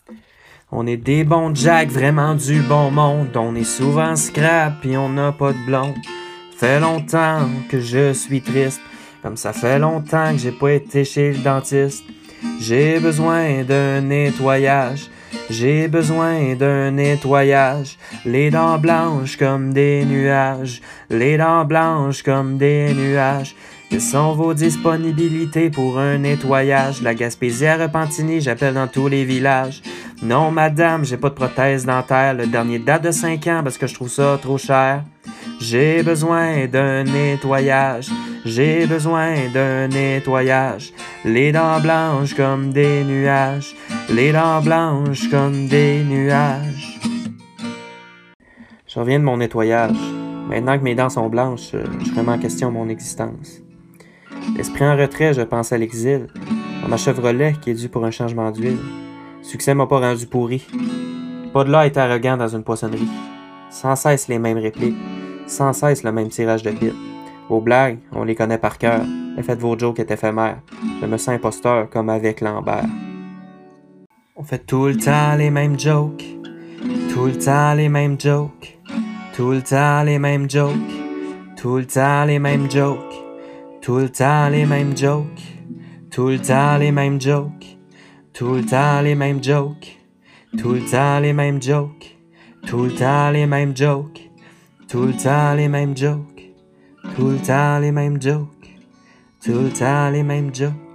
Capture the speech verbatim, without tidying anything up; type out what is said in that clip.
On est des bons Jack, vraiment du bon monde. On est souvent scrap pis on n'a pas de blonde. Fait longtemps que je suis triste, comme ça fait longtemps que j'ai pas été chez le dentiste. J'ai besoin d'un nettoyage, j'ai besoin d'un nettoyage. Les dents blanches comme des nuages, les dents blanches comme des nuages. Quelles sont vos disponibilités pour un nettoyage? La Gaspésie à Repentigny, j'appelle dans tous les villages. Non madame, j'ai pas de prothèse dentaire, le dernier date de cinq ans parce que je trouve ça trop cher. J'ai besoin d'un nettoyage, j'ai besoin d'un nettoyage. Les dents blanches comme des nuages, les dents blanches comme des nuages. Je reviens de mon nettoyage. Maintenant que mes dents sont blanches, je remets en question mon existence. L'esprit en retrait, je pense à l'exil, à ma Chevrolet qui est due pour un changement d'huile. Succès m'a pas rendu pourri. Pas de là à être arrogant dans une poissonnerie. Sans cesse les mêmes répliques, sans cesse le même tirage de pile. Vos blagues, on les connaît par cœur. L'effet de vos jokes est éphémère. Je me sens imposteur comme avec Lambert. On fait tout le temps les mêmes jokes, tout le temps les mêmes jokes, tout le temps les mêmes jokes, tout le temps les mêmes jokes, tout le temps les mêmes jokes, tout le temps les mêmes jokes, tout le temps les mêmes jokes, tout le temps les mêmes jokes, tout le temps les mêmes jokes, tout le temps les mêmes jokes, tout le temps les mêmes jokes, tout le temps les mêmes jokes.